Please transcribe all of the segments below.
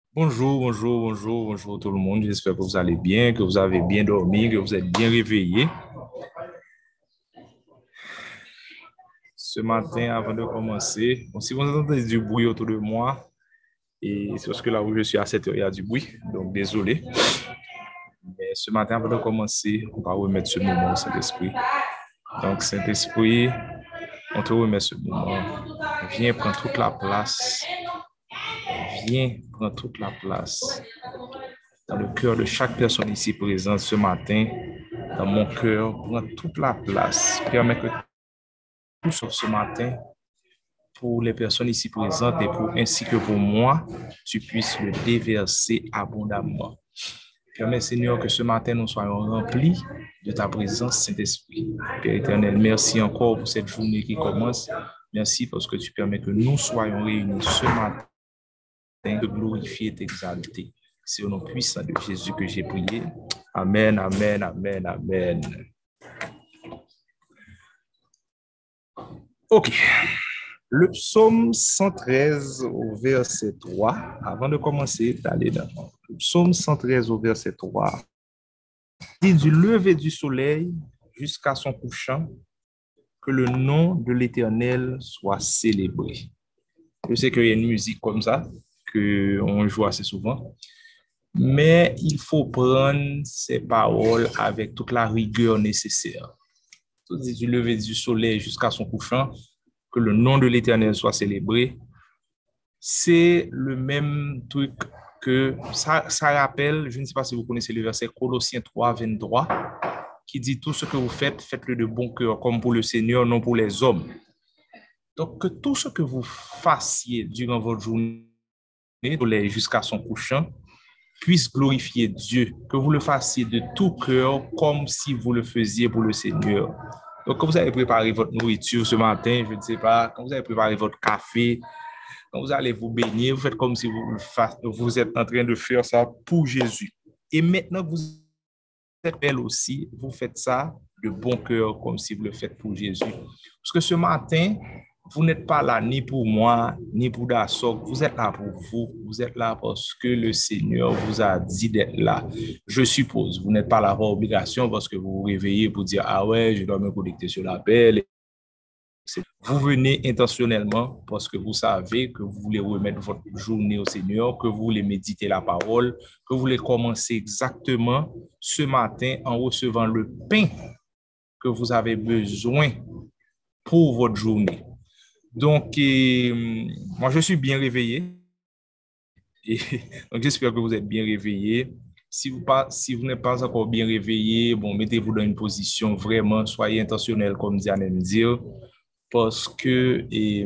Bonjour tout le monde. J'espère que vous allez bien, que vous avez bien dormi, que vous êtes bien réveillés. Ce matin, avant de commencer, bon, si vous entendez du bruit autour de moi, et c'est parce que là où je suis à cette heure, il y a du bruit, donc désolé. Mais ce matin, avant de commencer, on va remettre ce moment au Saint-Esprit. Donc, Saint-Esprit, on te remet ce moment. Viens prendre toute la place. Viens prendre toute la place dans le cœur de chaque personne ici présente ce matin, dans mon cœur, prends toute la place. Permets que tout sauf ce matin, pour les personnes ici présentes et ainsi que pour moi, tu puisses le déverser abondamment. Permets, Seigneur, que ce matin, nous soyons remplis de ta présence, Saint-Esprit. Père éternel, merci encore pour cette journée qui commence. Merci parce que tu permets que nous soyons réunis ce matin, de glorifier et t'exalter. C'est au nom puissant de Jésus que j'ai prié. Amen, amen, amen, amen. OK. Le psaume 113 au verset 3, avant de commencer d'aller dans le psaume 113 au verset 3, dit du lever du soleil jusqu'à son couchant, que le nom de l'Éternel soit célébré. Je sais qu'il y a une musique comme ça, qu'on joue assez souvent, mais il faut prendre ces paroles avec toute la rigueur nécessaire. Du lever du soleil jusqu'à son couchant, que le nom de l'Éternel soit célébré. C'est le même truc que ça rappelle, je ne sais pas si vous connaissez le verset Colossiens 3, 23, qui dit tout ce que vous faites, faites-le de bon cœur, comme pour le Seigneur, non pour les hommes. Donc, que tout ce que vous fassiez durant votre journée, jusqu'à son couchant, puisse glorifier Dieu, que vous le fassiez de tout cœur, comme si vous le faisiez pour le Seigneur. Donc, quand vous avez préparé votre nourriture ce matin, je ne sais pas, quand vous avez préparé votre café, quand vous allez vous baigner, vous faites comme si vous êtes en train de faire ça pour Jésus. Et maintenant que vous êtes belle aussi, vous faites ça de bon cœur, comme si vous le faites pour Jésus. Parce que ce matin, vous n'êtes pas là ni pour moi, ni pour Dassok. Vous êtes là pour vous. Vous êtes là parce que le Seigneur vous a dit d'être là. Je suppose. Vous n'êtes pas là par obligation parce que vous vous réveillez pour dire, ah ouais, je dois me connecter sur l'appel. Vous venez intentionnellement parce que vous savez que vous voulez remettre votre journée au Seigneur, que vous voulez méditer la parole, que vous voulez commencer exactement ce matin en recevant le pain que vous avez besoin pour votre journée. Donc, moi, je suis bien réveillé. Et, donc, j'espère que vous êtes bien réveillé. Si vous n'êtes pas encore bien réveillé, bon, mettez-vous dans une position vraiment, soyez intentionnel, comme Diane aime dire, parce que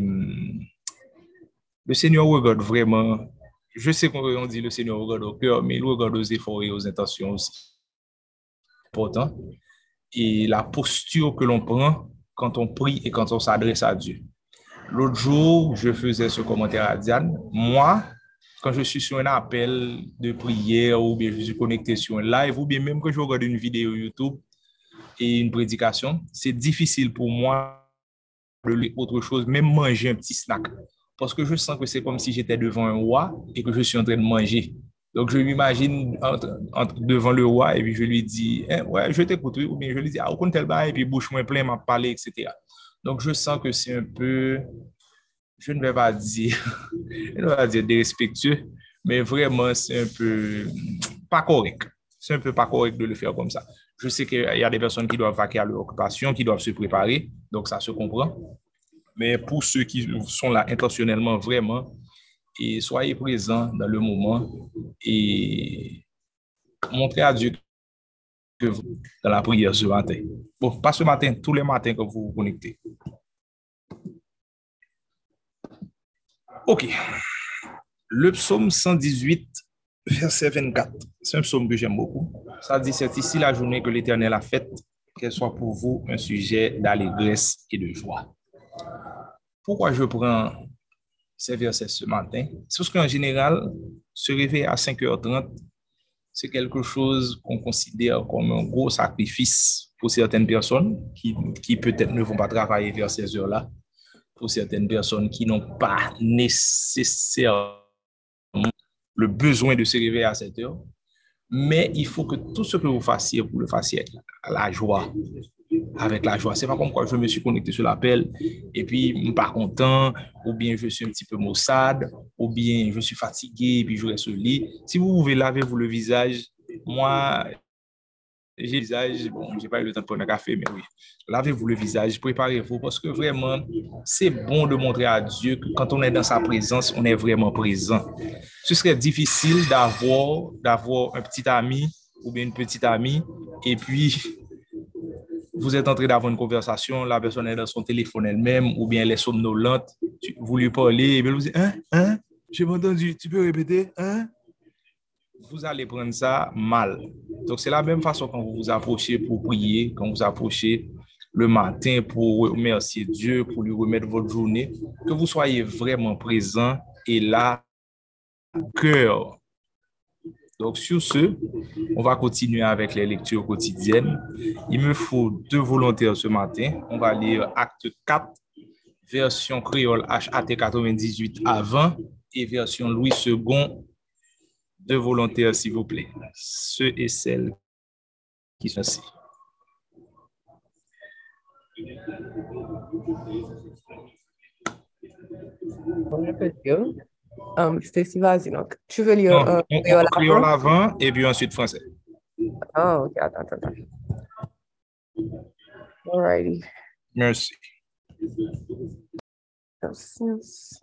le Seigneur regarde vraiment. Je sais qu'on dit le Seigneur regarde au cœur, mais il regarde aux efforts et aux intentions aussi. Important. Et la posture que l'on prend quand on prie et quand on s'adresse à Dieu. L'autre jour, je faisais ce commentaire à Diane. Moi, quand je suis sur un appel de prière ou bien je suis connecté sur un live ou bien même que je regarde une vidéo YouTube et une prédication, c'est difficile pour moi de autre chose, même manger un petit snack. Parce que je sens que c'est comme si j'étais devant un roi et que je suis en train de manger. Donc, je m'imagine devant le roi et puis je lui dis, eh, ouais, je t'écoute, ou bien je lui dis, ah, au compte tel bas, et puis bouche moins plein, m'a parlé, etc. Donc, je sens que c'est un peu, je ne vais pas dire, je ne vais pas dire dérespectueux, mais vraiment, c'est un peu pas correct. C'est un peu pas correct de le faire comme ça. Je sais qu'il y a des personnes qui doivent vaquer à leur occupation, qui doivent se préparer, donc ça se comprend. Mais pour ceux qui sont là intentionnellement, vraiment, et soyez présents dans le moment et montrez à Dieu que vous dans la prière ce matin. Bon, pas ce matin, tous les matins que vous vous connectez. OK. Le psaume 118, verset 24. C'est un psaume que j'aime beaucoup. Ça dit, c'est ici la journée que l'Éternel a faite, qu'elle soit pour vous un sujet d'allégresse et de joie. Pourquoi je prends ces versets ce matin? C'est parce qu'en général, se réveiller à 5h30, c'est quelque chose qu'on considère comme un gros sacrifice pour certaines personnes qui peut-être ne vont pas travailler vers ces heures-là, pour certaines personnes qui n'ont pas nécessairement le besoin de se réveiller à 7 heures. Mais il faut que tout ce que vous fassiez, vous le fassiez avec la joie. Avec la joie. C'est pas comme quoi je me suis connecté sur l'appel et puis je ne suis pas content, ou bien je suis un petit peu maussade, ou bien je suis fatigué et puis je reste au lit. Si vous pouvez laver-vous le visage, moi, j'ai le visage, bon, j'ai pas eu le temps de prendre un café, mais oui, lavez-vous le visage, préparez-vous parce que vraiment, c'est bon de montrer à Dieu que quand on est dans sa présence, on est vraiment présent. Ce serait difficile d'avoir un petit ami ou bien une petite amie et puis vous êtes en train d'avoir une conversation, la personne est dans son téléphone elle-même ou bien elle est somnolente, vous lui parlez et bien vous dites, hein, j'ai pas entendu, tu peux répéter, hein? Vous allez prendre ça mal. Donc, c'est la même façon quand vous vous approchez pour prier, quand vous approchez le matin pour remercier Dieu, pour lui remettre votre journée, que vous soyez vraiment présent et là, cœur. Donc, sur ce, on va continuer avec les lectures quotidiennes. Il me faut 2 volontaires ce matin. On va lire acte 4, version créole HAT 98 avant et version Louis II, 2 volontaires, s'il vous plaît. Ceux et celles qui sont ici. Je peux lire. Stacy, vas-y, donc. Tu veux lire Non, créole créole avant? avant et puis ensuite français. Ah, ok, attends. Alrighty. Merci. Merci.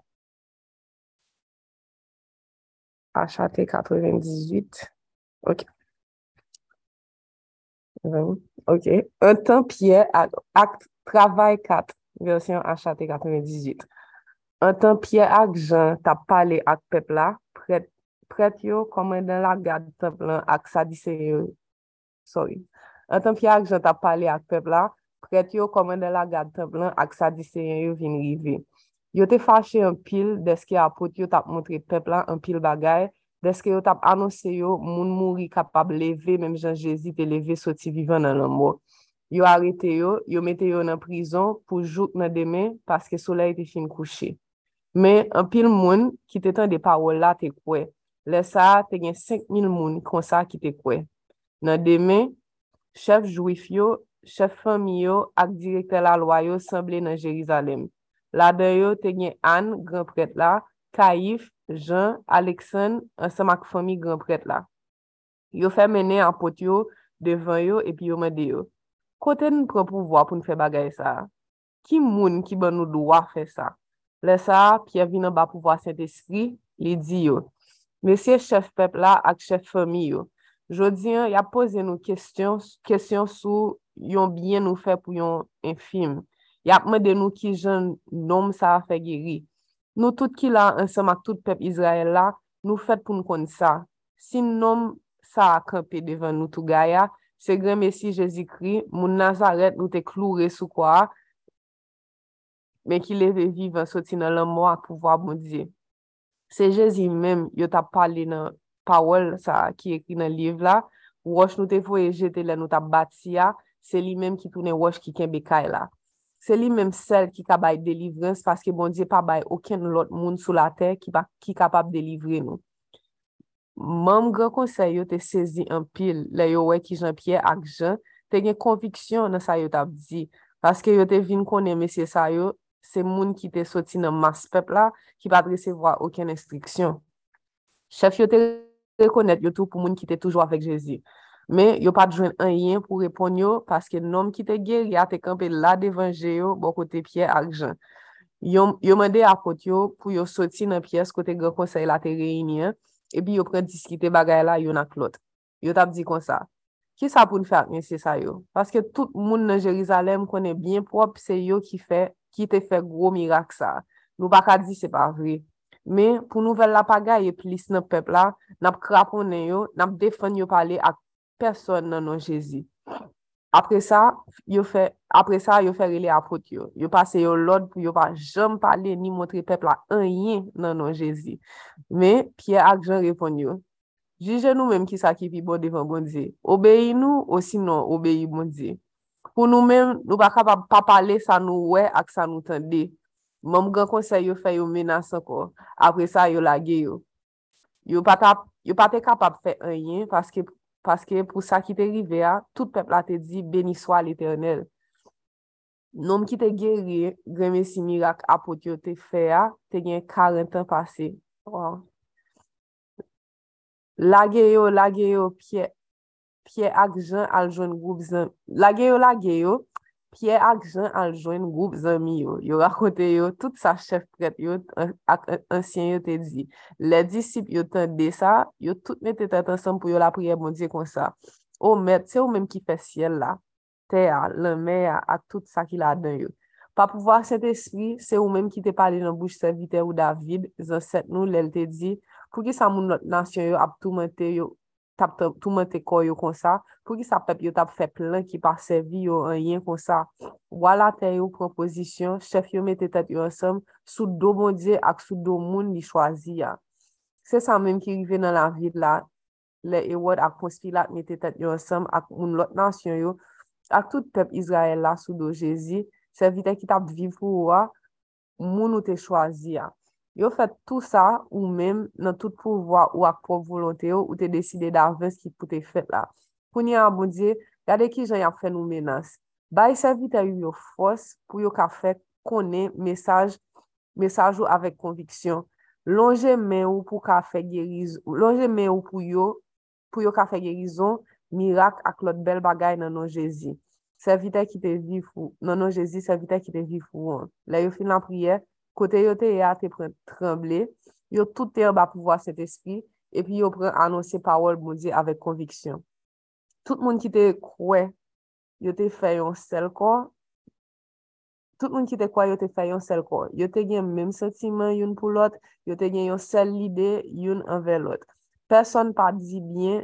HAT 98. Ok. Ok. Un temps Pierre, acte travail 4, version HAT 98. Un temps Pierre ak Jean t'a parlé ak peuple là, prête yo commandant la garde temple là ak Sadducéen yo. Sorry. Un temps Pierre ak Jean t'a parlé ak peuple là, prête yo commandant la garde temple là ak Sadducéen yo vin rive. Yo te fâché un pile deske apôtre yo t'a montré peuple là un pile bagay, deske yo t'a annoncé yo moun mouri capable lever même Jean Jésus te lever sorti vivant dans la mort. Yo arrêté yo mette yo dans prison pour jour dans demain parce que soleil te fin couché. Mais un pile moun qui te des paroles là te kwe. Le ça te gen 5,000 moun comme ça qui te kwe. Nan demain, chef juif yo, chef famille yo ak directeur la loi yo semblé dans Jérusalem. Là-dedans yo te gen Anne, grand prêtre là, Caïphe, Jean, Alexandre, ensemble ak famille grand prêtre là. Yo fait mener apôtre yo devant yo et puis yo mande yo. Kote nous prend pouvoir pour nous faire bagay ça? Qui moun qui ban nous droit faire ça? Là ça, Pierre vient en bas pouvoir Saint-Esprit, il dit yo. Monsieur chef peuple là ak chef famille yo. Jodi, il a posé nous question sur yon bien nous fait pour yon infime. Il a demandé nous qui jeune nom ça a fait guéri. Nous tout qui là ensemble avec tout peuple Israël là, nous fait pour nous connaître ça. Si nom ça a campé devant nous tout gaya, c'est grand Messie Jésus-Christ, mon Nazareth nous te cloué sous quoi, mais qui lève vivant sorti dans la mort à pouvoir bon Dieu. C'est Jésus même, il t'a parlé dans parole ça qui écrit dans le livre là, roche nous te voye jeter là nous t'a bâti c'est lui même qui tourne roche qui kembe kay là. C'est lui même celle qui capable délivrance parce que bon Dieu pas bail aucun autre monde sur la terre qui capable délivrer nous. Même grand conseil yo te saisi en pile là yo ouais qui Jean-Pierre ak Jean te gen conviction dans ça yo t'a dit parce que yo te vinn connaît monsieur ça yo c'est moun qui te sorti dans masse peuple là qui pas recevoir aucune instruction. Chef yo te reconnaître yo tout pour moun qui te toujours avec Jésus. Mais yo pas joindre rien pour répondre yo parce que l'homme qui te guéri a te campé là devant yo bon côté Pierre ak Jean. Yo mandé apôtre yo pour yo sorti dans pièce côté grand conseil la te réunir et puis yo prend discuter bagay là yo nak l'autre. Yo t'a dit comme ça. Qui ça pour nous faire monsieur ça yo? Parce que tout le monde dans Jérusalem connaît bien propre c'est yo qui te fait gros miracle ça. Nous pas ka dire c'est pas vrai. Mais pour nouvelle la pagaille et plus dans peuple là, n'a craponné yo, n'a défendre yo parler à personne dans nom Jésus. Après ça, yo fait relé apôtre yo. Yo passe yo l'ordre pour yo pas jamais parler ni montrer peuple là rien dans nom Jésus. Mais Pierre ak Jean répond yo. Juge nous même qui ça qui pi bon devant bon Dieu. Obéis nous ou sinon obéis bon Dieu. Pour nous même nous pas capable pas parler ça nous ouais ak ça nous tande. Même grand conseil yo fait yo menace encore. Après ça yo lage yo. Yo pas te capable de faire rien parce que pour ça qui t'est arrivé, tout le peuple a te dit béni soit l'Éternel. Nom qui te guéri, grand si miracle apôtre yo te fait, te gen 40 ans passé. Wow. Lage yo, Pierre ak Jean al joindre groupe zami. Lage yo, Pierre ak Jean al joindre groupe zami yo. Yo raconte yo, tout sa chef prêtre yo, ak ancien yo te dit. Les disciples yo tende ça, yo tout mette tête ensemble pour yo la prière bon Dieu comme ça. Oh maître, c'est ou même qui fait ciel là, terre, la mer, ak tout ça qui la dedans yo. Pas pouvoir cet esprit, c'est ou même qui te parlé dans bouche serviteur ou David, ancêtre nous, l'elle te dit, pour qui ça moun notre nation yo ap tourmenter yo tout monter corps yo comme ça pour que ça peuple yo t'a fait plein qui pas servi yo rien comme ça voilà te yo proposition chef yo mette tête yo ensemble sous dos bon Dieu ak sous dos moun li choisi ya c'est ça même qui arrive dans la vie là les Hérode ak Ponce Pilate mette tête yo ensemble ak moun l'autre nation yo ak tout peuple Israël là sous dos Jésus serviteur qui t'a vivre pour moun ou te choisi ya. Yo fait tout ça ou même dans tout pouvoir ou à propre volonté ou te décidé d'avance qui pour te fait là. Pour n'y a bon Dieu, regardez qui j'en a fait nous menace. Bay serviteur yo force pour yo ka fait connaître message ou avec conviction. Longe main ou pour ka fait guérison, longe main ou pour yo ka fait guérison, miracle ak l'autre belle bagaille dans nom Jésus. Serviteur qui te vivre non non Jésus serviteur qui te vivre là yo fin la prière côté yo te a te prend trembler yo tout te en bas pouvoir cet esprit et puis yo prend annoncer parole bon Dieu avec conviction tout le monde qui te croit yo te fait un seul corps tout le monde qui te croit yo te fait un seul corps yo te gen même sentiment une pour l'autre yo te gen une seule idée une envers l'autre personne pas dit bien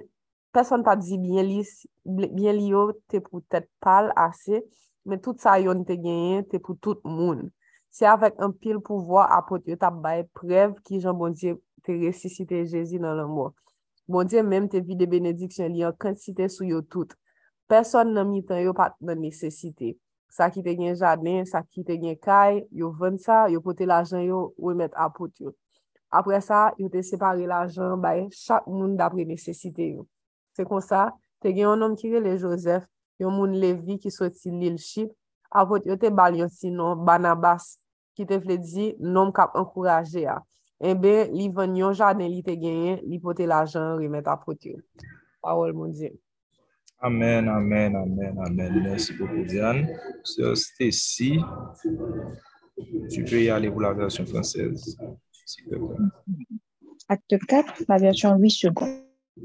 li yo te pour tête pâle assez mais tout ça yon te gagné te pour tout le monde c'est avec un pile pouvoir apôtre yo t'a bail preuve qui Jean bon Dieu te ressuscité Jésus dans le mort bon Dieu même te vie de bénédiction li en quantité sur yo tout personne nan mi tan yo pas dans nécessité ça qui te gen jardin ça qui te gen caille yo vend ça yo porter l'argent yo remettre apôtre yo après ça yo te séparer l'argent bail chaque monde d'après nécessité yo c'est comme ça te gen un homme qui relè Joseph yon moun Lévi qui sorti l'île Chypre apôtre yo te bal yon sinon Barnabas qui te vle di nom k'ap encourager a eh ben li vend yon jardin li te gagné li porter l'argent remettre apôtre yo parole mon Dieu. Amen, amen, amen, amen. Merci beaucoup, Diane. Sœur Stacy, tu peux y aller pour la version française, s'il te plaît. Acte 4, la version 8 secondes.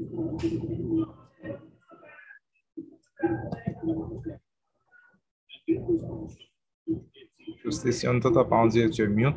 Stacy, on ne t'entend pas, on dirait que tu es mute.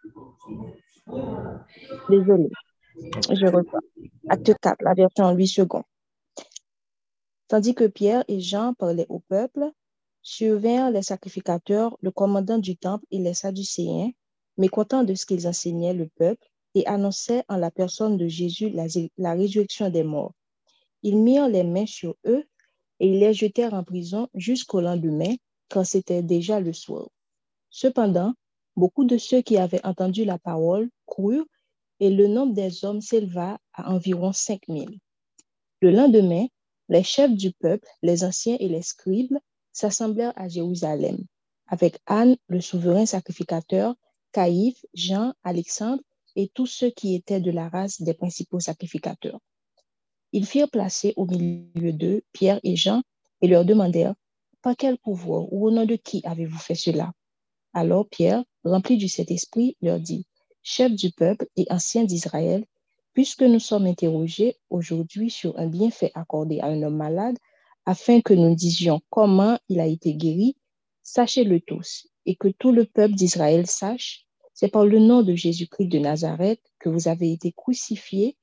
Désolé, je reprends. Acte 4, la version 8 secondes. Tandis que Pierre et Jean parlaient au peuple, survinrent les sacrificateurs, le commandant du temple et les Sadducéens, mécontents de ce qu'ils enseignaient le peuple, et annonçaient en la personne de Jésus la résurrection des morts. Ils mirent les mains sur eux et ils les jetèrent en prison jusqu'au lendemain, quand c'était déjà le soir. Cependant, beaucoup de ceux qui avaient entendu la parole crurent, et le nombre des hommes s'éleva à environ 5000. Le lendemain, les chefs du peuple, les anciens et les scribes s'assemblèrent à Jérusalem, avec Anne, le souverain sacrificateur, Caïphe, Jean, Alexandre et tous ceux qui étaient de la race des principaux sacrificateurs. Ils firent placer au milieu d'eux Pierre et Jean et leur demandèrent « Par quel pouvoir ou au nom de qui avez-vous fait cela ?» Alors Pierre, rempli du Saint-Esprit, leur dit « Chefs du peuple et anciens d'Israël, puisque nous sommes interrogés aujourd'hui sur un bienfait accordé à un homme malade, afin que nous disions comment il a été guéri, sachez-le tous, et que tout le peuple d'Israël sache, c'est par le nom de Jésus-Christ de Nazareth que vous avez été crucifié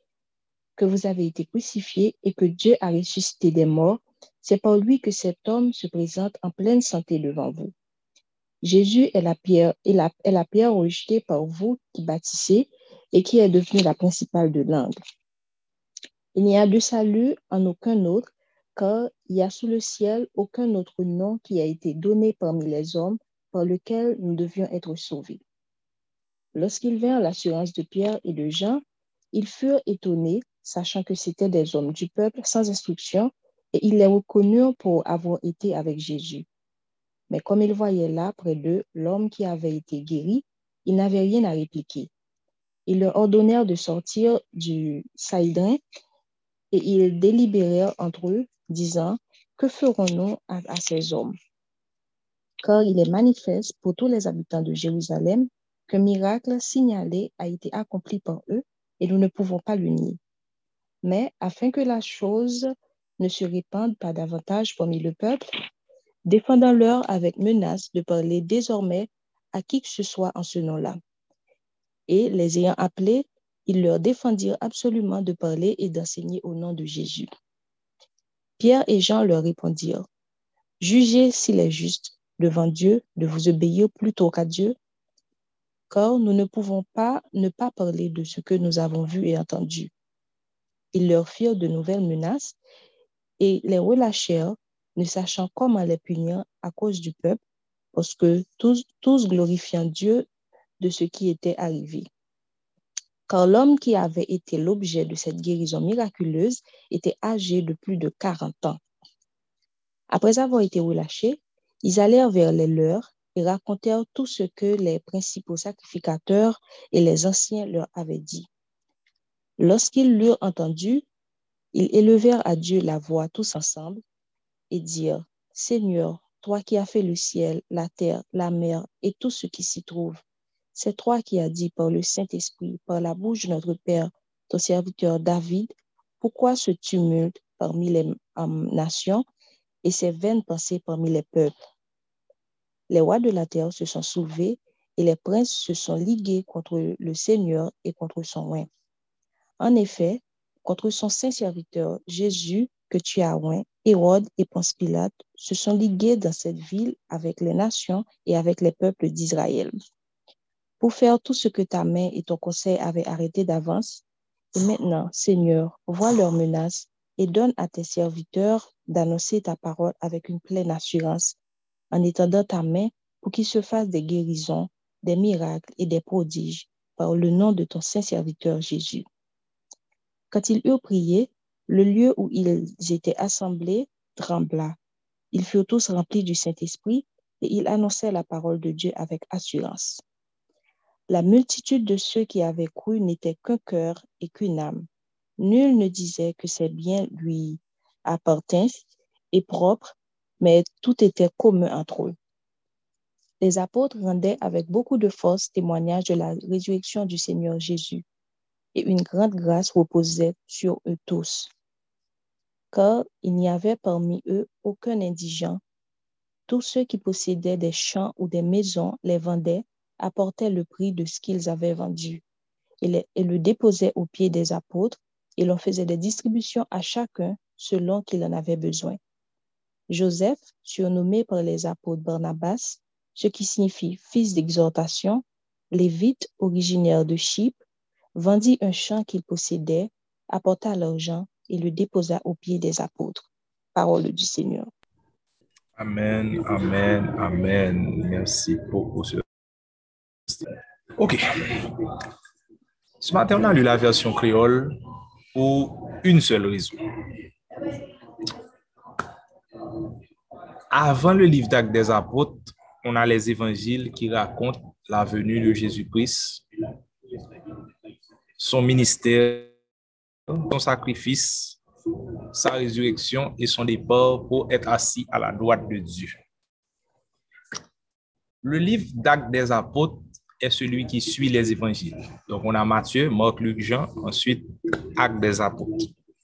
et que Dieu a ressuscité des morts. C'est par lui que cet homme se présente en pleine santé devant vous. Jésus est la pierre rejetée par vous qui bâtissez et qui est devenue la principale de l'angle. Il n'y a de salut en aucun autre, car il y a sous le ciel aucun autre nom qui a été donné parmi les hommes par lequel nous devions être sauvés. Lorsqu'ils vinrent l'assurance de Pierre et de Jean, Ils furent étonnés, sachant que c'étaient des hommes du peuple sans instruction, et ils les reconnurent pour avoir été avec Jésus. Mais comme ils voyaient là, près d'eux, l'homme qui avait été guéri, ils n'avaient rien à répliquer. Ils leur ordonnèrent de sortir du Saïdrin et ils délibérèrent entre eux, disant, que ferons-nous à ces hommes? Car il est manifeste pour tous les habitants de Jérusalem qu'un miracle signalé a été accompli par eux et nous ne pouvons pas le nier. Mais afin que la chose ne se répande pas davantage parmi le peuple, défendons-leur avec menace de parler désormais à qui que ce soit en ce nom-là. Et les ayant appelés, ils leur défendirent absolument de parler et d'enseigner au nom de Jésus. Pierre et Jean leur répondirent, « Jugez s'il est juste devant Dieu de vous obéir plutôt qu'à Dieu, car nous ne pouvons pas ne pas parler de ce que nous avons vu et entendu. » Ils leur firent de nouvelles menaces et les relâchèrent, ne sachant comment les punir à cause du peuple, parce que tous glorifiant Dieu de ce qui était arrivé. Car l'homme qui avait été l'objet de cette guérison miraculeuse était âgé de plus de 40 ans. Après avoir été relâchés, ils allèrent vers les leurs et racontèrent tout ce que les principaux sacrificateurs et les anciens leur avaient dit. Lorsqu'ils l'eurent entendu, ils élevèrent à Dieu la voix tous ensemble et dirent, « Seigneur, toi qui as fait le ciel, la terre, la mer et tout ce qui s'y trouve, c'est toi qui as dit par le Saint-Esprit, par la bouche de notre Père, ton serviteur David, pourquoi ce tumulte parmi les nations et ces vaines pensées parmi les peuples? Les rois de la terre se sont soulevés et les princes se sont ligués contre le Seigneur et contre son oint. En effet, contre son saint serviteur Jésus que tu as oint, Hérode et Ponce Pilate se sont ligués dans cette ville avec les nations et avec les peuples d'Israël, pour faire tout ce que ta main et ton conseil avaient arrêté d'avance. Et maintenant, Seigneur, vois leurs menaces et donne à tes serviteurs d'annoncer ta parole avec une pleine assurance, en étendant ta main pour qu'il se fasse des guérisons, des miracles et des prodiges par le nom de ton saint serviteur Jésus. Quand ils eurent prié, le lieu où ils étaient assemblés trembla. Ils furent tous remplis du Saint-Esprit et ils annonçaient la parole de Dieu avec assurance. La multitude de ceux qui avaient cru n'était qu'un cœur et qu'une âme. Nul ne disait que ses biens lui appartinssent et propres, mais tout était commun entre eux. Les apôtres rendaient avec beaucoup de force témoignage de la résurrection du Seigneur Jésus, et une grande grâce reposait sur eux tous. Car il n'y avait parmi eux aucun indigent. Tous ceux qui possédaient des champs ou des maisons les vendaient, apportaient le prix de ce qu'ils avaient vendu et le déposaient aux pieds des apôtres et l'on faisait des distributions à chacun selon qu'il en avait besoin. Joseph, surnommé par les apôtres Barnabas, ce qui signifie fils d'exhortation, lévite originaire de Chypre, vendit un champ qu'il possédait, apporta l'argent et le déposa aux pieds des apôtres. Parole du Seigneur. Amen, amen, amen. Merci beaucoup. OK. Ce matin, on a lu la version créole pour une seule raison. Avant le livre d'Actes des Apôtres, on a les évangiles qui racontent la venue de Jésus-Christ, son ministère, son sacrifice, sa résurrection et son départ pour être assis à la droite de Dieu. Le livre d'Actes des Apôtres est celui qui suit les évangiles. Donc, on a Matthieu, Marc, Luc, Jean, ensuite Actes des Apôtres.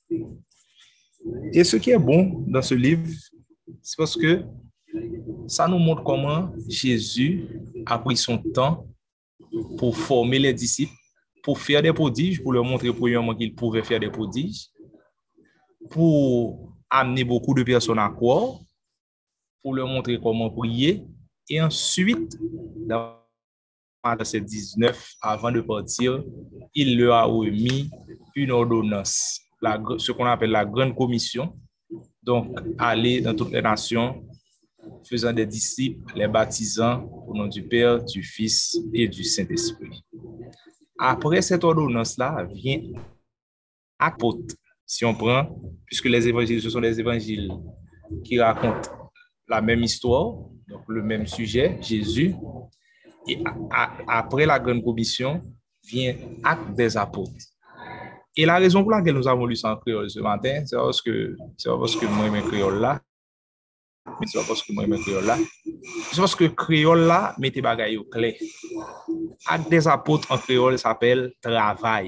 Et ce qui est bon dans ce livre, c'est parce que ça nous montre comment Jésus a pris son temps pour former les disciples, pour faire des prodiges, pour leur montrer premièrement qu'il pouvait faire des prodiges, pour amener beaucoup de personnes à croire, pour leur montrer comment prier, et ensuite, dans verset 19, avant de partir, il leur a remis une ordonnance, ce qu'on appelle la grande commission. Donc, aller dans toutes les nations, faisant des disciples, les baptisant au nom du Père, du Fils et du Saint-Esprit. Après cette ordonnance-là, vient apôtre. Si on prend, puisque les évangiles, ce sont des évangiles qui racontent la même histoire, donc le même sujet, Jésus, et après la grande commission, vient acte des apôtres. Et la raison pour laquelle nous avons lu ça en créole ce matin, c'est parce que moi, mes créoles là, mais c'est parce que moi, mes créoles là, c'est parce que créole là, mettez bagaille au clair. Acte des apôtres en créole s'appelle travail.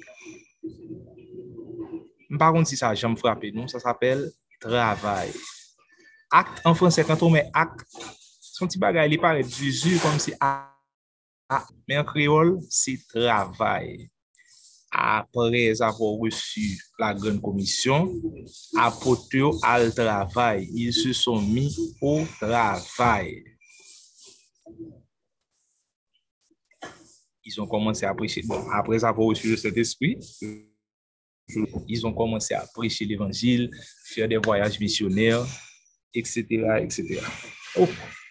Par contre, si ça jamais frappé nous, ça s'appelle travail. Acte en français, quand on met acte, son petit bagage, il paraît d'usure comme si mais en créole, c'est travail. Après avoir reçu la grande commission, apôtres à travail, ils se sont mis au travail. Ils ont commencé à prêcher. Bon, après avoir reçu le Saint-Esprit, ils ont commencé à prêcher l'évangile, faire des voyages missionnaires, etc., etc. Oh.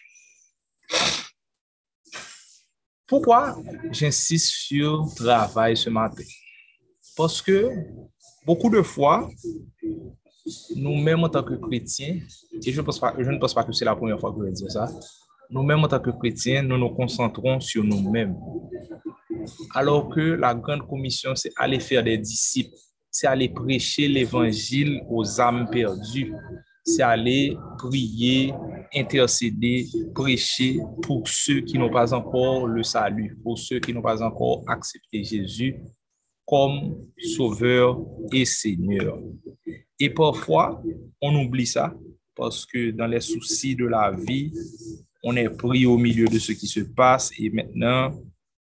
Pourquoi j'insiste sur le travail ce matin? Parce que beaucoup de fois, nous-mêmes en tant que chrétiens, et je ne pense pas que c'est la première fois que je vais dire ça, nous-mêmes en tant que chrétiens, nous nous concentrons sur nous-mêmes. Alors que la grande commission, c'est aller faire des disciples, c'est aller prêcher l'évangile aux âmes perdues, c'est aller prier, intercéder, prêcher pour ceux qui n'ont pas encore le salut, pour ceux qui n'ont pas encore accepté Jésus comme Sauveur et Seigneur. Et parfois, on oublie ça parce que dans les soucis de la vie, on est pris au milieu de ce qui se passe et maintenant,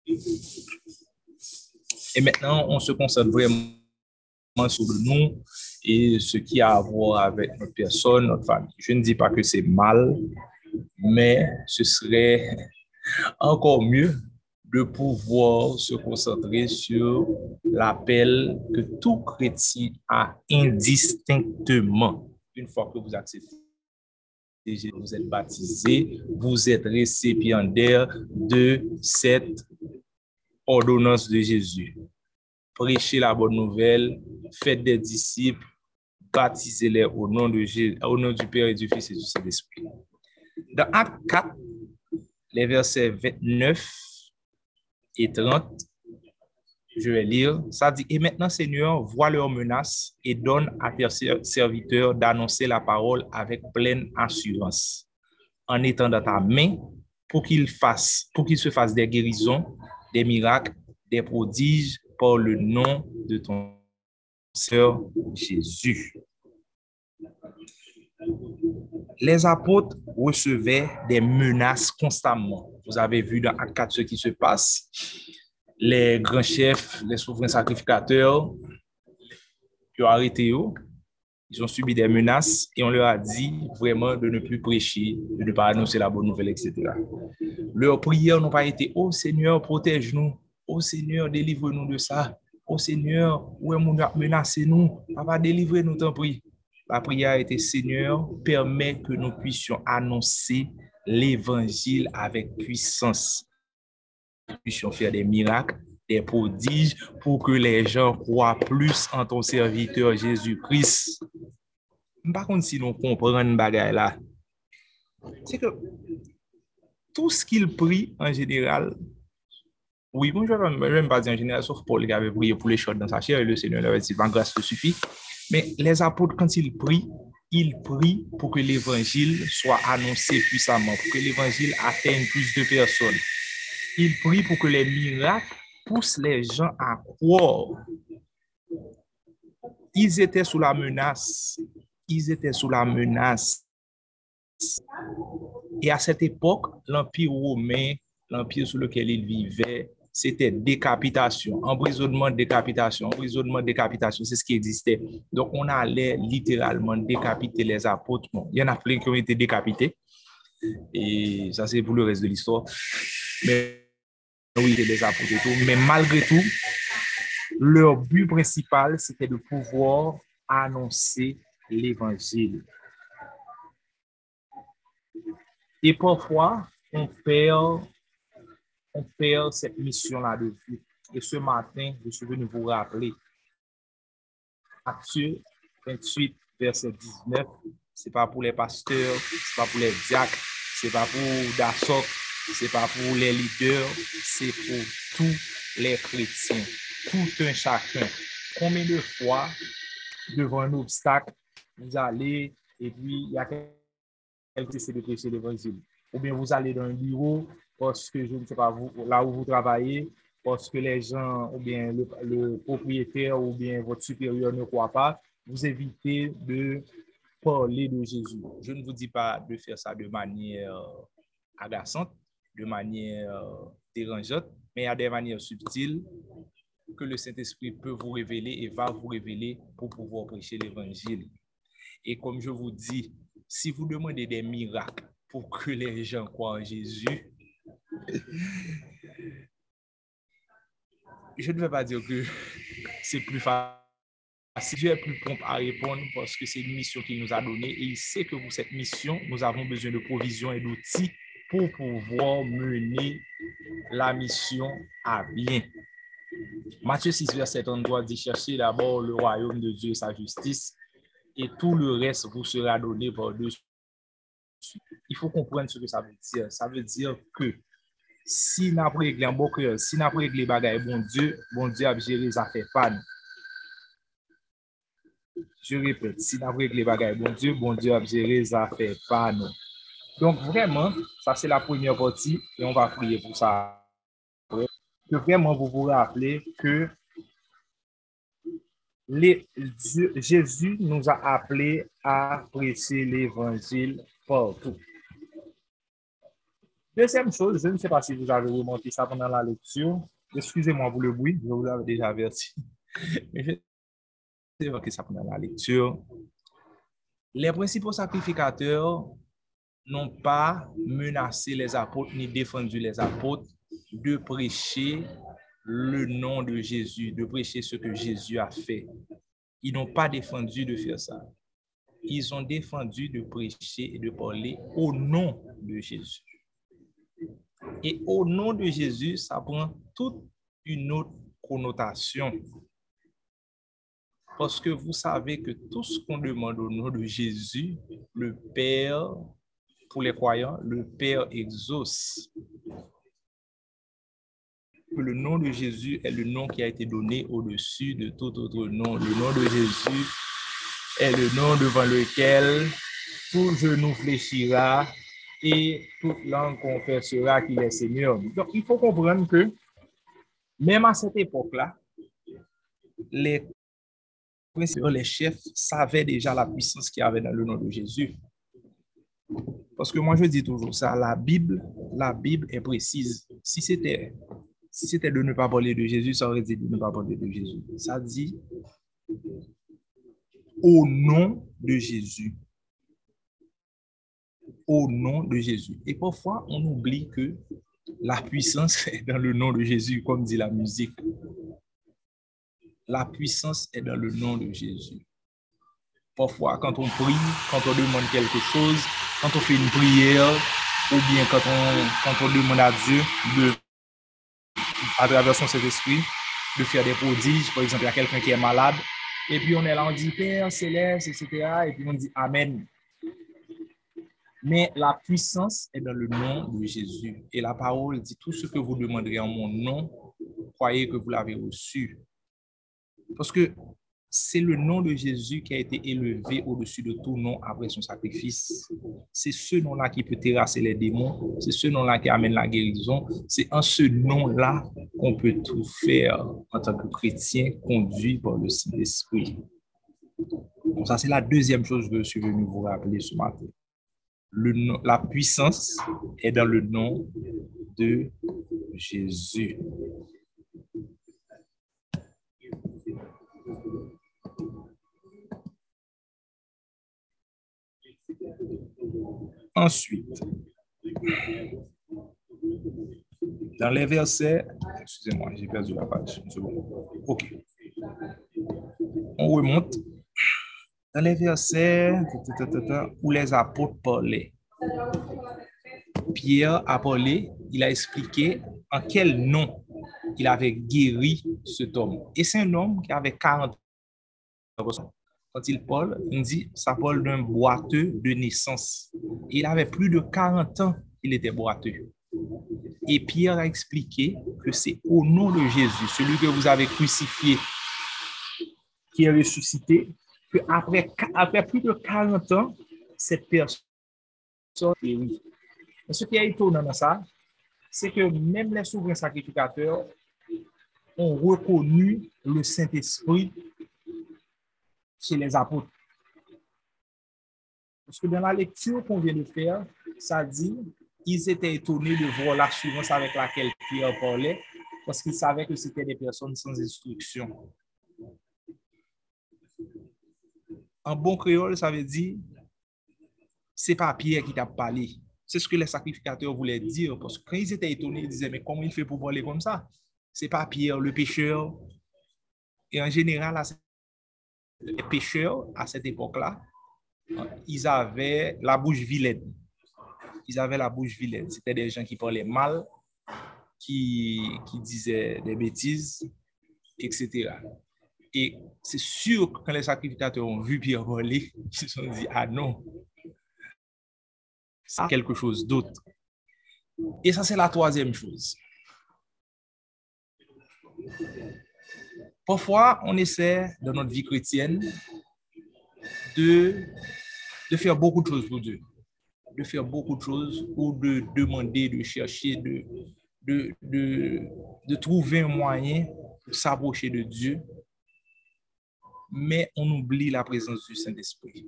on se concentre vraiment sur nous et ce qui a à voir avec notre personne, notre famille. Je ne dis pas que c'est mal, mais ce serait encore mieux de pouvoir se concentrer sur l'appel que tout chrétien a indistinctement. Une fois que vous acceptez, vous êtes baptisé, vous êtes récipiendaire de cette ordonnance de Jésus. Prêchez la bonne nouvelle, faites des disciples, baptisez-les au nom de Jésus, au nom du Père et du Fils et du Saint-Esprit. Dans Acte 4, les versets 29 et 30, je vais lire, ça dit, et maintenant, Seigneur, vois leurs menaces et donne à tes serviteurs d'annoncer la parole avec pleine assurance, en étendant ta main pour qu'il se fasse des guérisons, des miracles, des prodiges par le nom de ton Seigneur Jésus. Les apôtres recevaient des menaces constamment. Vous avez vu dans Acte 4 ce qui se passe. Les grands chefs, les souverains sacrificateurs qui ont arrêté eux, ils ont subi des menaces et on leur a dit vraiment de ne plus prêcher, de ne pas annoncer la bonne nouvelle, etc. Leurs prières n'ont pas été « Oh Seigneur, protège-nous. Oh Seigneur, délivre-nous de ça. Oh Seigneur, où est mon menacez-nous. Papa, délivrez-nous, t'en prie. » La prière a été « Seigneur, permets que nous puissions annoncer l'évangile avec puissance. Nous puissions faire des miracles, des prodiges pour que les gens croient plus en ton serviteur Jésus-Christ. » Par contre, si nous comprenons bagaille là, c'est que tout ce qu'il prie en général, oui, bon, je ne vais même pas dire en général, sauf Paul qui avait prié pour les choses dans sa chair et le Seigneur leur avait dit, ma grâce te suffit. Mais les apôtres, quand ils prient pour que l'évangile soit annoncé puissamment, pour que l'évangile atteigne plus de personnes. Ils prient pour que les miracles poussent les gens à croire. Ils étaient sous la menace. Et à cette époque, l'Empire romain, l'empire sous lequel ils vivaient, c'était décapitation, emprisonnement, décapitation, c'est ce qui existait. Donc, on allait littéralement décapiter les apôtres. Bon, il y en a plein qui ont été décapités. Et ça, c'est pour le reste de l'histoire. Mais oui, les apôtres et tout. Mais malgré tout, leur but principal, c'était de pouvoir annoncer l'évangile. Et parfois, on perd cette mission-là de vue. Et ce matin, je suis venu vous rappeler Matthieu 28, verset 19. Ce n'est pas pour les pasteurs, ce n'est pas pour les diacres, ce n'est pas pour Dasok, ce n'est pas pour les leaders, c'est pour tous les chrétiens, tout un chacun. Combien de fois, devant un obstacle, vous allez et puis il y a quelqu'un qui essaie de prêcher l'évangile. Ou bien vous allez dans un bureau parce que, je ne sais pas, vous, là où vous travaillez, parce que les gens, ou bien le propriétaire, ou bien votre supérieur ne croit pas, vous évitez de parler de Jésus. Je ne vous dis pas de faire ça de manière agaçante, de manière dérangeante, mais il y a des manières subtiles que le Saint-Esprit peut vous révéler et va vous révéler pour pouvoir prêcher l'évangile. Et comme je vous dis, si vous demandez des miracles pour que les gens croient en Jésus, je ne vais pas dire que c'est plus facile. Dieu est plus prompt à répondre parce que c'est une mission qu'il nous a donnée et il sait que pour cette mission, nous avons besoin de provisions et d'outils pour pouvoir mener la mission à bien. Matthieu 6, verset 33 dit « Cherchez d'abord le royaume de Dieu et sa justice et tout le reste vous sera donné par-dessus. » Il faut comprendre ce que ça veut dire. Ça veut dire que si nous avons réglé un bon cœur, si nous avons réglé les bagages, bon Dieu a géré les affaires pas. Je répète, si nous avons réglé les bagages, bon Dieu a géré les affaires pas. Donc vraiment, ça c'est la première partie et on va prier pour ça. Que vraiment vous vous rappelez que Jésus nous a appelés à prêcher l'évangile partout. Deuxième chose, je ne sais pas si vous avez remonté ça pendant la lecture. Excusez-moi pour le bruit, je vous l'avais déjà averti. Mais je sais remarqué ça pendant la lecture. Les principaux sacrificateurs n'ont pas menacé les apôtres ni défendu les apôtres de prêcher le nom de Jésus, de prêcher ce que Jésus a fait. Ils n'ont pas défendu de faire ça. Ils ont défendu de prêcher et de parler au nom de Jésus. Et au nom de Jésus, ça prend toute une autre connotation. Parce que vous savez que tout ce qu'on demande au nom de Jésus, le Père, pour les croyants, le Père exauce. Que le nom de Jésus est le nom qui a été donné au-dessus de tout autre nom. Le nom de Jésus est le nom devant lequel tout genou fléchira et toute langue confessera qu'il est Seigneur. Donc, il faut comprendre que même à cette époque-là, les chefs savaient déjà la puissance qu'il y avait dans le nom de Jésus. Parce que moi, je dis toujours ça, la Bible est précise. Si c'était de ne pas parler de Jésus, ça aurait dit de ne pas parler de Jésus. Ça dit au nom de Jésus. Au nom de Jésus. Et parfois, on oublie que la puissance est dans le nom de Jésus, comme dit la musique. La puissance est dans le nom de Jésus. Parfois, quand on prie, quand on demande quelque chose, quand on fait une prière, ou bien quand on demande à Dieu à travers son Saint-Esprit, de faire des prodiges. Par exemple, il y a quelqu'un qui est malade, et puis on est là, on dit Père céleste, etc. Et puis on dit Amen. Mais la puissance est dans le nom de Jésus. Et la parole dit tout ce que vous demanderez en mon nom, croyez que vous l'avez reçu. Parce que c'est le nom de Jésus qui a été élevé au-dessus de tout nom après son sacrifice. C'est ce nom-là qui peut terrasser les démons. C'est ce nom-là qui amène la guérison. C'est en ce nom-là qu'on peut tout faire en tant que chrétien conduit par le Saint-Esprit. Donc ça, c'est la deuxième chose que je suis venu vous rappeler ce matin. La puissance est dans le nom de Jésus. Ensuite, dans les versets, excusez-moi, j'ai perdu la page. OK. On remonte. Dans les versets où les apôtres parlaient, Pierre a parlé, il a expliqué en quel nom il avait guéri cet homme. Et c'est un homme qui avait 40 ans. Quand il parle, on dit, ça parle d'un boiteux de naissance. Il avait plus de 40 ans qu'il était boiteux. Et Pierre a expliqué que c'est au nom de Jésus, celui que vous avez crucifié, qui est ressuscité, qu'après plus de 40 ans, cette personne est oui. Ce qui est étonnant dans ça, c'est que même les souverains sacrificateurs ont reconnu le Saint-Esprit chez les apôtres. Parce que dans la lecture qu'on vient de faire, ça dit, ils étaient étonnés de voir l'assurance avec laquelle Pierre parlait, parce qu'ils savaient que c'était des personnes sans instruction. En bon créole, ça veut dire, c'est pas Pierre qui t'a parlé. C'est ce que les sacrificateurs voulaient dire, parce que quand ils étaient étonnés, ils disaient, mais comment il fait pour parler comme ça? C'est pas Pierre, le pécheur. Et en général, les pécheurs, à cette époque-là, ils avaient la bouche vilaine. Ils avaient la bouche vilaine. C'était des gens qui parlaient mal, qui disaient des bêtises, etc. Et c'est sûr que quand les sacrificateurs ont vu Pierre parler, ils se sont dit, ah non, c'est quelque chose d'autre. Et ça, c'est la troisième chose. Parfois, on essaie, dans notre vie chrétienne, de faire beaucoup de choses pour Dieu. De faire beaucoup de choses ou de demander, de chercher, de trouver un moyen de s'approcher de Dieu. Mais on oublie la présence du Saint-Esprit.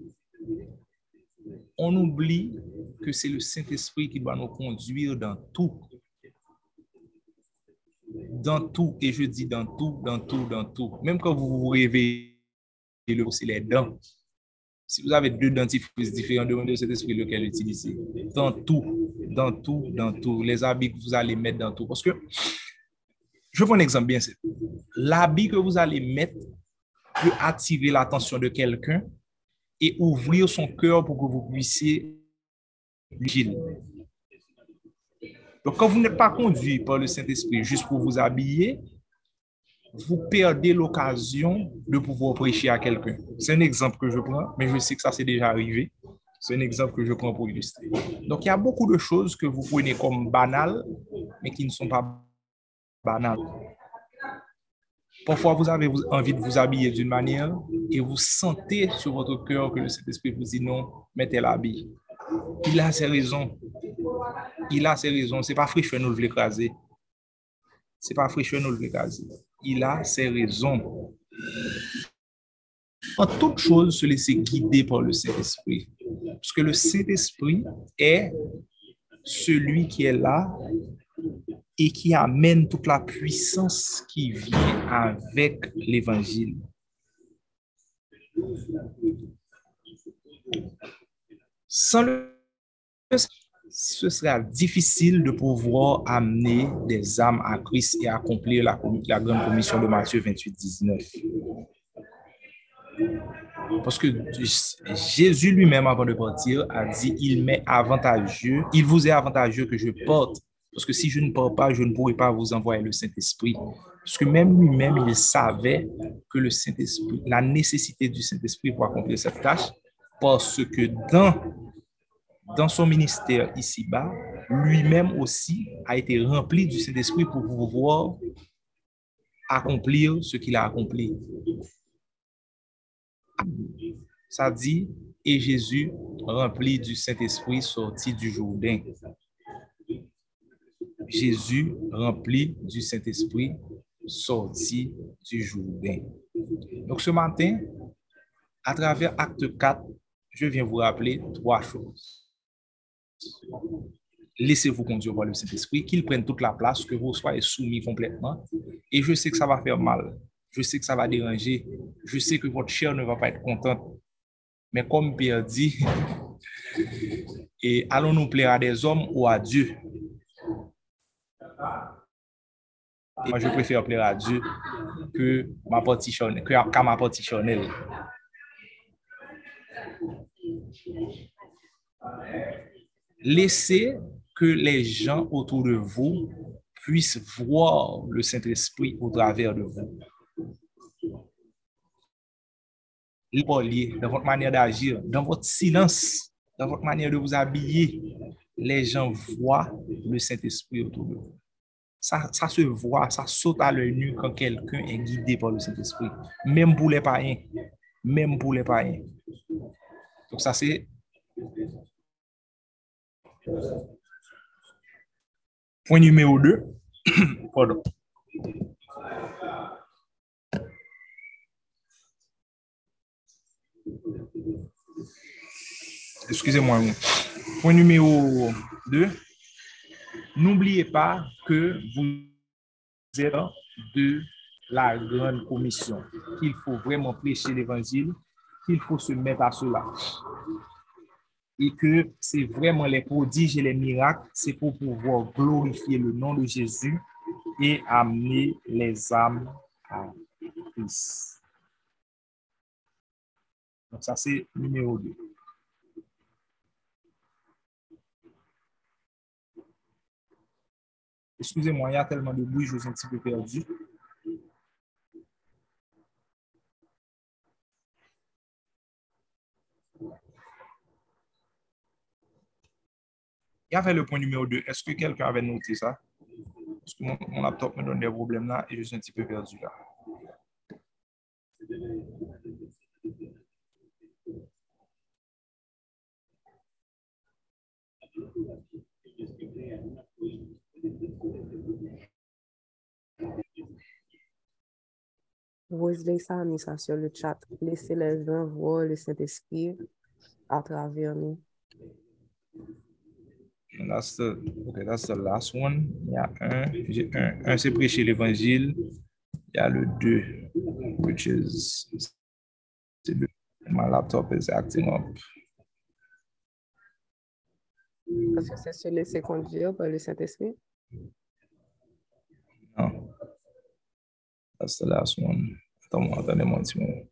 On oublie que c'est le Saint-Esprit qui doit nous conduire dans tout. Dans tout, et je dis dans tout, dans tout, dans tout. Même quand vous vous réveillez, c'est les dents. Si vous avez deux dentifrices différents, demandez au Saint-Esprit lequel utiliser. Dans tout, dans tout, dans tout. Les habits que vous allez mettre dans tout. Parce que, je prends un exemple bien simple. L'habit que vous allez mettre peut attirer l'attention de quelqu'un et ouvrir son cœur pour que vous puissiez l'utiliser. Donc, quand vous n'êtes pas conduit par le Saint-Esprit juste pour vous habiller, vous perdez l'occasion de pouvoir prêcher à quelqu'un. C'est un exemple que je prends, mais je sais que ça s'est déjà arrivé. C'est un exemple que je prends pour illustrer. Donc, il y a beaucoup de choses que vous prenez comme banales, mais qui ne sont pas banales. Parfois, vous avez envie de vous habiller d'une manière et vous sentez sur votre cœur que le Saint-Esprit vous dit non, mettez l'habit. Il a ses raisons. Il a ses raisons. Ce n'est pas fricheux nous l'écraser. C'est pas fricheux nous l'écraser. Il a ses raisons. En toute chose, se laisser guider par le Saint-Esprit. Parce que le Saint-Esprit est celui qui est là et qui amène toute la puissance qui vient avec l'Évangile. Sans le ce sera difficile de pouvoir amener des âmes à Christ et accomplir la grande commission de Matthieu 28, 19. Parce que Jésus lui-même, avant de partir, a dit, il vous est avantageux que je parte. Parce que si je ne pars pas, je ne pourrai pas vous envoyer le Saint-Esprit. Parce que même lui-même, il savait que le Saint-Esprit, la nécessité du Saint-Esprit pour accomplir cette tâche, parce que dans son ministère ici-bas, lui-même aussi a été rempli du Saint-Esprit pour pouvoir accomplir ce qu'il a accompli. Ça dit, et Jésus, rempli du Saint-Esprit, sorti du Jourdain. Jésus, rempli du Saint-Esprit, sorti du Jourdain. Donc ce matin, à travers Acte 4, je viens vous rappeler trois choses. Laissez-vous conduire par le Saint-Esprit, qu'il prenne toute la place, que vous soyez soumis complètement. Et je sais que ça va faire mal. Je sais que ça va déranger. Je sais que votre chair ne va pas être contente. Mais comme Pierre dit, et allons-nous plaire à des hommes ou à Dieu? Et moi, je préfère plaire à Dieu qu'à ma petite charnelle. Laissez que les gens autour de vous puisse voir le Saint-Esprit au travers de vous. Dans votre manière d'agir, dans votre silence, dans votre manière de vous habiller, les gens voient le Saint-Esprit autour de vous. Ça se voit, ça saute à l'œil nu quand quelqu'un est guidé par le Saint-Esprit. Même pour les païens. Même pour les païens. Donc ça, c'est point numéro 2. Pardon. Excusez-moi. Point numéro 2. N'oubliez pas que vous êtes de la grande commission, qu'il faut vraiment prêcher l'évangile, qu'il faut se mettre à cela. Et que c'est vraiment les prodiges et les miracles, c'est pour pouvoir glorifier le nom de Jésus et amener les âmes à Christ. Donc ça, c'est numéro 2. Excusez-moi, il y a tellement de bruit, je suis un petit peu perdu. Il y avait le point numéro 2. Est-ce que quelqu'un avait noté ça? Parce que mon laptop me donne des problèmes là et je suis un petit peu perdu là. Wesley, ça a mis ça sur le chat. Laissez les gens voir le Saint-Esprit à travers nous. That's the last one. Il y a un c'est prêcher l'évangile. Il y a le 2, which is my laptop is acting up. Parce que c'est se laisser conduire par le Saint-Esprit. Non. That's the last one. Attendez-moi un petit moment.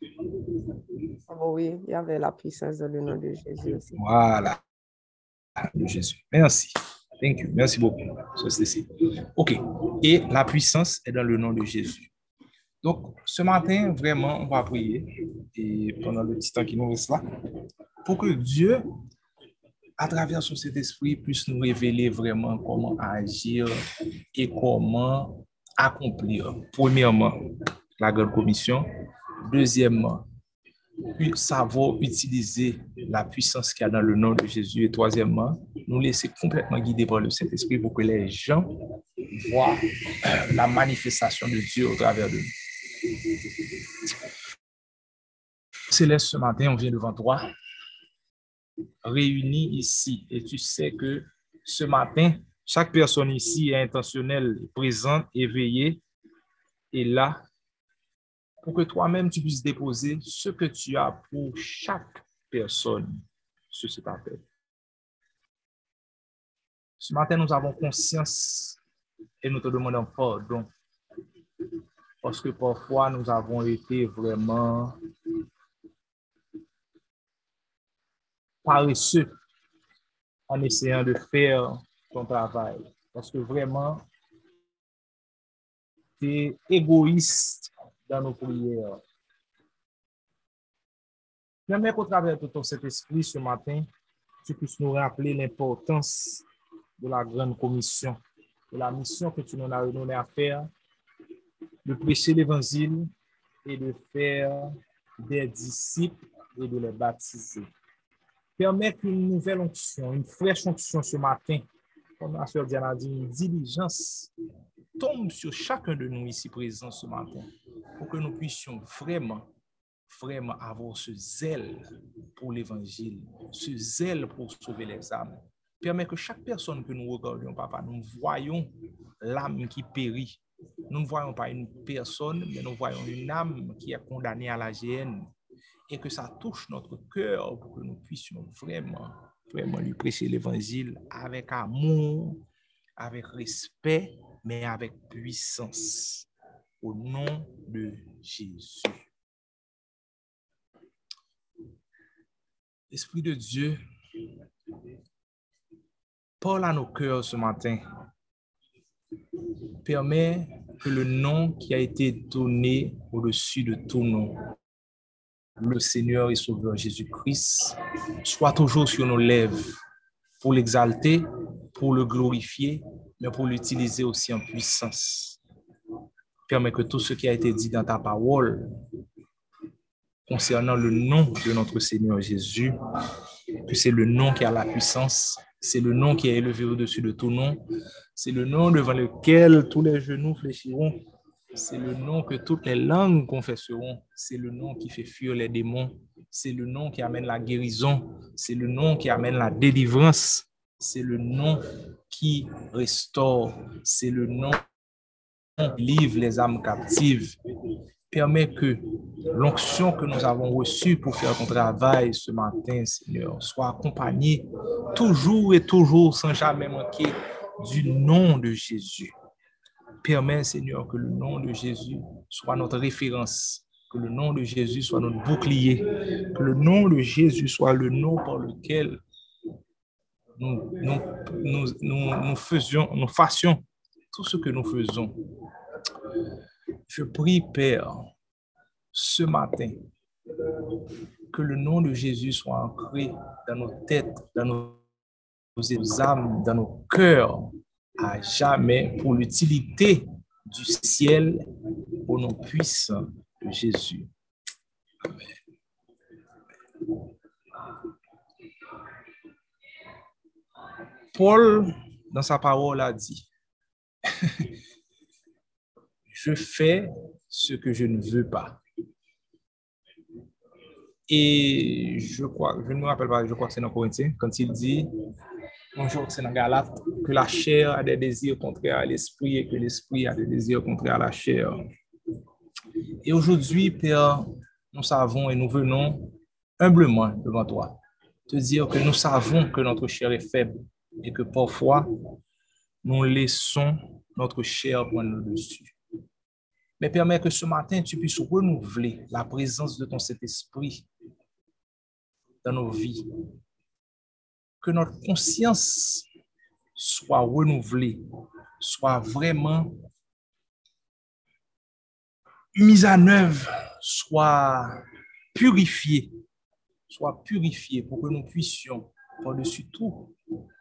Oh oui, il y avait la puissance dans le nom de Jésus aussi. Voilà. De Jésus. Merci. Thank you. Merci beaucoup. OK. Et la puissance est dans le nom de Jésus. Donc, ce matin, vraiment, on va prier et pendant le petit temps qui nous reste là, pour que Dieu, à travers son Saint-Esprit, puisse nous révéler vraiment comment agir et comment accomplir. Premièrement, la grande commission. Deuxièmement, savoir utiliser la puissance qu'il y a dans le nom de Jésus. Et troisièmement, nous laisser complètement guider par le Saint-Esprit pour que les gens voient la manifestation de Dieu au travers de nous. Céleste, ce matin, on vient devant toi, réunis ici. Et tu sais que ce matin, chaque personne ici est intentionnelle, présente, éveillée, et là, pour que toi-même tu puisses déposer ce que tu as pour chaque personne sur cet appel. Ce matin, nous avons conscience et nous te demandons pardon parce que parfois nous avons été vraiment paresseux en essayant de faire ton travail. Parce que vraiment, tu es égoïste dans nos prières. J'aimerais qu'au travers de ton Saint-Esprit ce matin, tu puisses nous rappeler l'importance de la grande commission, de la mission que tu nous as donné à faire, de prêcher l'évangile et de faire des disciples et de les baptiser. Permettre une nouvelle onction, une fraîche onction ce matin, comme la sœur Diana dit, une diligence tombe sur chacun de nous ici présents ce matin pour que nous puissions vraiment avoir ce zèle pour l'évangile, ce zèle pour sauver les âmes. Permet que chaque personne que nous regardions, papa, nous voyons l'âme qui périt. Nous ne voyons pas une personne, mais nous voyons une âme qui est condamnée à la géhenne et que ça touche notre cœur pour que nous puissions vraiment lui prêcher l'évangile avec amour, avec respect, mais avec puissance. Au nom de Jésus. Esprit de Dieu, parle à nos cœurs ce matin. permet que le nom qui a été donné au-dessus de tout nom, le Seigneur et Sauveur Jésus-Christ, soit toujours sur nos lèvres pour l'exalter, pour le glorifier, mais pour l'utiliser aussi en puissance. Permet que tout ce qui a été dit dans ta parole concernant le nom de notre Seigneur Jésus, que c'est le nom qui a la puissance, c'est le nom qui est élevé au-dessus de tout nom, c'est le nom devant lequel tous les genoux fléchiront, c'est le nom que toutes les langues confesseront, c'est le nom qui fait fuir les démons, c'est le nom qui amène la guérison, c'est le nom qui amène la délivrance, c'est le nom qui restaure, c'est le nom qui livre les âmes captives. Permet que l'onction que nous avons reçue pour faire ton travail ce matin, Seigneur, soit accompagnée toujours et toujours, sans jamais manquer, du nom de Jésus. Permet, Seigneur, que le nom de Jésus soit notre référence, que le nom de Jésus soit notre bouclier, que le nom de Jésus soit le nom par lequel nous fassions tout ce que nous faisons. Je prie, Père, ce matin, que le nom de Jésus soit ancré dans nos têtes, dans nos âmes, dans nos cœurs, à jamais, pour l'utilité du ciel, au nom puissant de Jésus. Amen. Paul, dans sa parole, a dit, je fais ce que je ne veux pas. Et je ne me rappelle pas, je crois que c'est dans Corinthiens, quand il dit, bonjour, c'est dans Galates, que la chair a des désirs contraires à l'esprit et que l'esprit a des désirs contraires à la chair. Et aujourd'hui, Père, nous savons et nous venons humblement devant toi, te dire que nous savons que notre chair est faible et que parfois, nous laissons notre chair prendre le dessus. Mais permets que ce matin, tu puisses renouveler la présence de ton Saint-Esprit dans nos vies. Que notre conscience soit renouvelée, soit vraiment mise en œuvre, soit purifiée pour que nous puissions, par-dessus tout,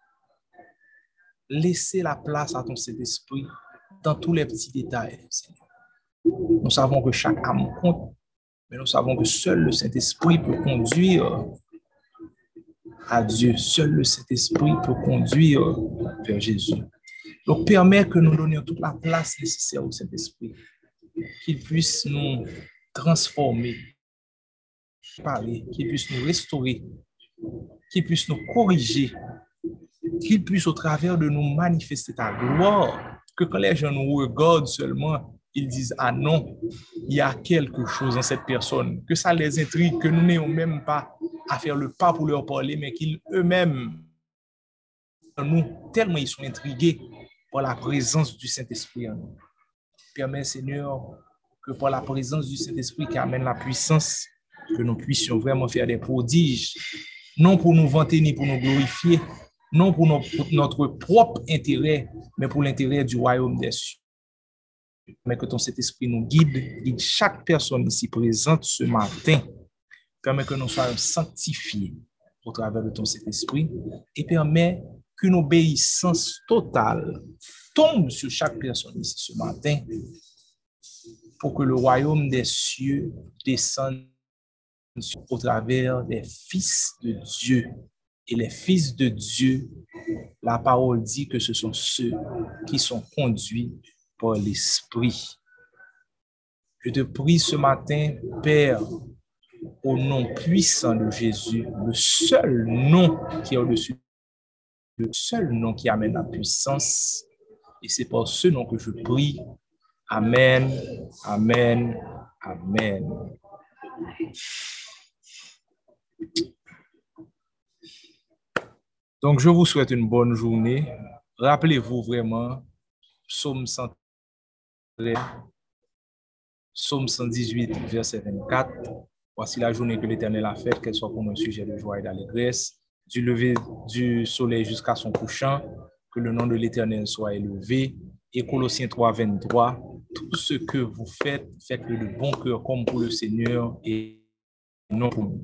laisser la place à ton Saint-Esprit dans tous les petits détails, Seigneur. Nous savons que chaque âme compte, mais nous savons que seul le Saint-Esprit peut conduire à Dieu. Seul le Saint-Esprit peut conduire vers Jésus. Donc, permets que nous donnions toute la place nécessaire au Saint-Esprit, qu'il puisse nous transformer, parler, qu'il puisse nous restaurer, qu'il puisse nous corriger, qu'il puisse au travers de nous manifester ta gloire, que quand les gens nous regardent seulement, ils disent, ah non, il y a quelque chose en cette personne, que ça les intrigue, que nous n'ayons même pas à faire le pas pour leur parler, mais qu'ils eux-mêmes, nous, tellement ils sont intrigués par la présence du Saint-Esprit en nous. Permets, Seigneur, que par la présence du Saint-Esprit qui amène la puissance, que nous puissions vraiment faire des prodiges, non pour nous vanter ni pour nous glorifier, non pour notre propre intérêt, mais pour l'intérêt du royaume des cieux. Mais que ton Saint-Esprit nous guide chaque personne ici présente ce matin. Permet que nous soyons sanctifiés au travers de ton Saint-Esprit et permet qu'une obéissance totale tombe sur chaque personne ici ce matin pour que le royaume des cieux descende au travers des fils de Dieu. Et les fils de Dieu, la parole dit que ce sont ceux qui sont conduits par l'Esprit. Je te prie ce matin, Père, au nom puissant de Jésus, le seul nom qui est au-dessus, le seul nom qui amène la puissance, et c'est par ce nom que je prie. Amen, amen, amen. Donc, je vous souhaite une bonne journée. Rappelez-vous vraiment, Psaume 118, verset 24. Voici la journée que l'Éternel a faite, qu'elle soit pour nous un sujet de joie et d'allégresse. Du lever du soleil jusqu'à son couchant, que le nom de l'Éternel soit élevé. Et Colossiens 3, 23, tout ce que vous faites, faites-le de bon cœur comme pour le Seigneur et non pour nous.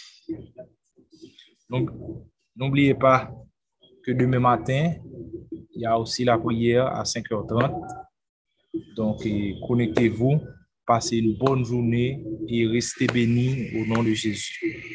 Donc, n'oubliez pas que demain matin, il y a aussi la prière à 5h30. Donc, connectez-vous, passez une bonne journée et restez bénis au nom de Jésus.